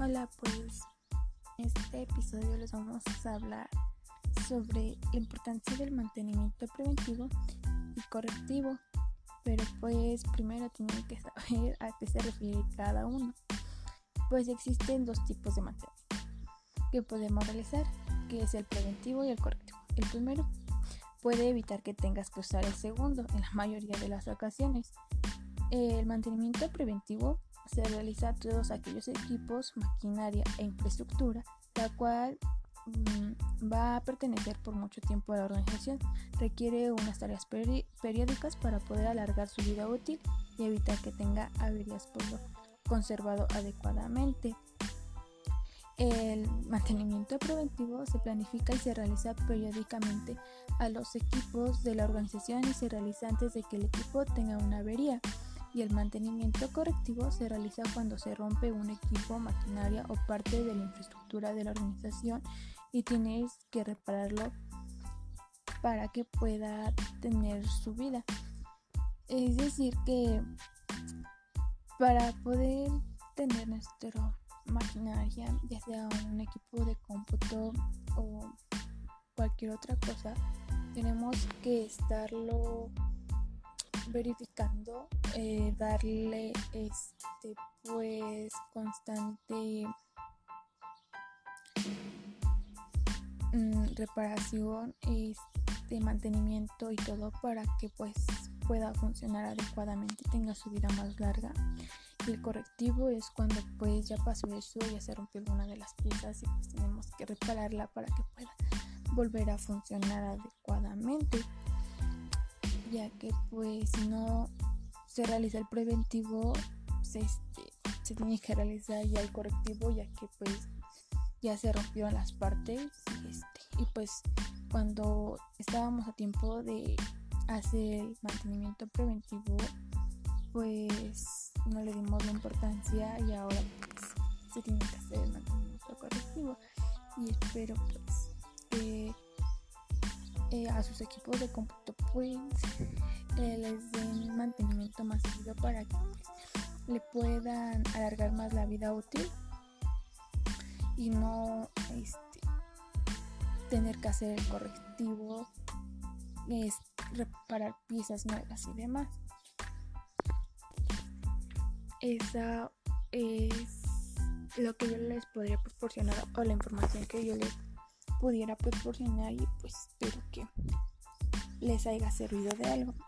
Hola, pues en este episodio les vamos a hablar sobre la importancia del mantenimiento preventivo y correctivo, pero pues primero tienen que saber a qué se refiere cada uno. Pues existen dos tipos de mantenimiento que podemos realizar, que es el preventivo y el correctivo. El primero puede evitar que tengas que usar el segundo en la mayoría de las ocasiones. El mantenimiento preventivo se realiza a todos aquellos equipos, maquinaria e infraestructura, la cual va a pertenecer por mucho tiempo a la organización. Requiere unas tareas periódicas para poder alargar su vida útil y evitar que tenga averías por lo conservado adecuadamente. El mantenimiento preventivo se planifica y se realiza periódicamente a los equipos de la organización y se realiza antes de que el equipo tenga una avería. Y el mantenimiento correctivo se realiza cuando se rompe un equipo, maquinaria o parte de la infraestructura de la organización y tienes que repararlo para que pueda tener su vida. Es decir que para poder tener nuestra maquinaria, ya sea un equipo de cómputo o cualquier otra cosa, tenemos que estarlo verificando, darle pues constante reparación, mantenimiento y todo para que pues pueda funcionar adecuadamente y tenga su vida más larga. Y el correctivo es cuando pues ya pasó eso, ya se rompió alguna de las piezas y pues tenemos que repararla para que pueda volver a funcionar adecuadamente, ya que pues si no se realiza el preventivo, se tiene que realizar ya el correctivo, ya que pues ya se rompieron las partes y pues cuando estábamos a tiempo de hacer el mantenimiento preventivo, pues no le dimos la importancia y ahora pues se tiene que hacer el mantenimiento correctivo. Y espero pues que a sus equipos de cómputo pues les den mantenimiento más seguido para que pues, le puedan alargar más la vida útil y no tener que hacer el correctivo, reparar piezas nuevas y demás. Esa es lo que yo les podría proporcionar o la información que yo les pudiera proporcionar y pues espero que les haya servido de algo.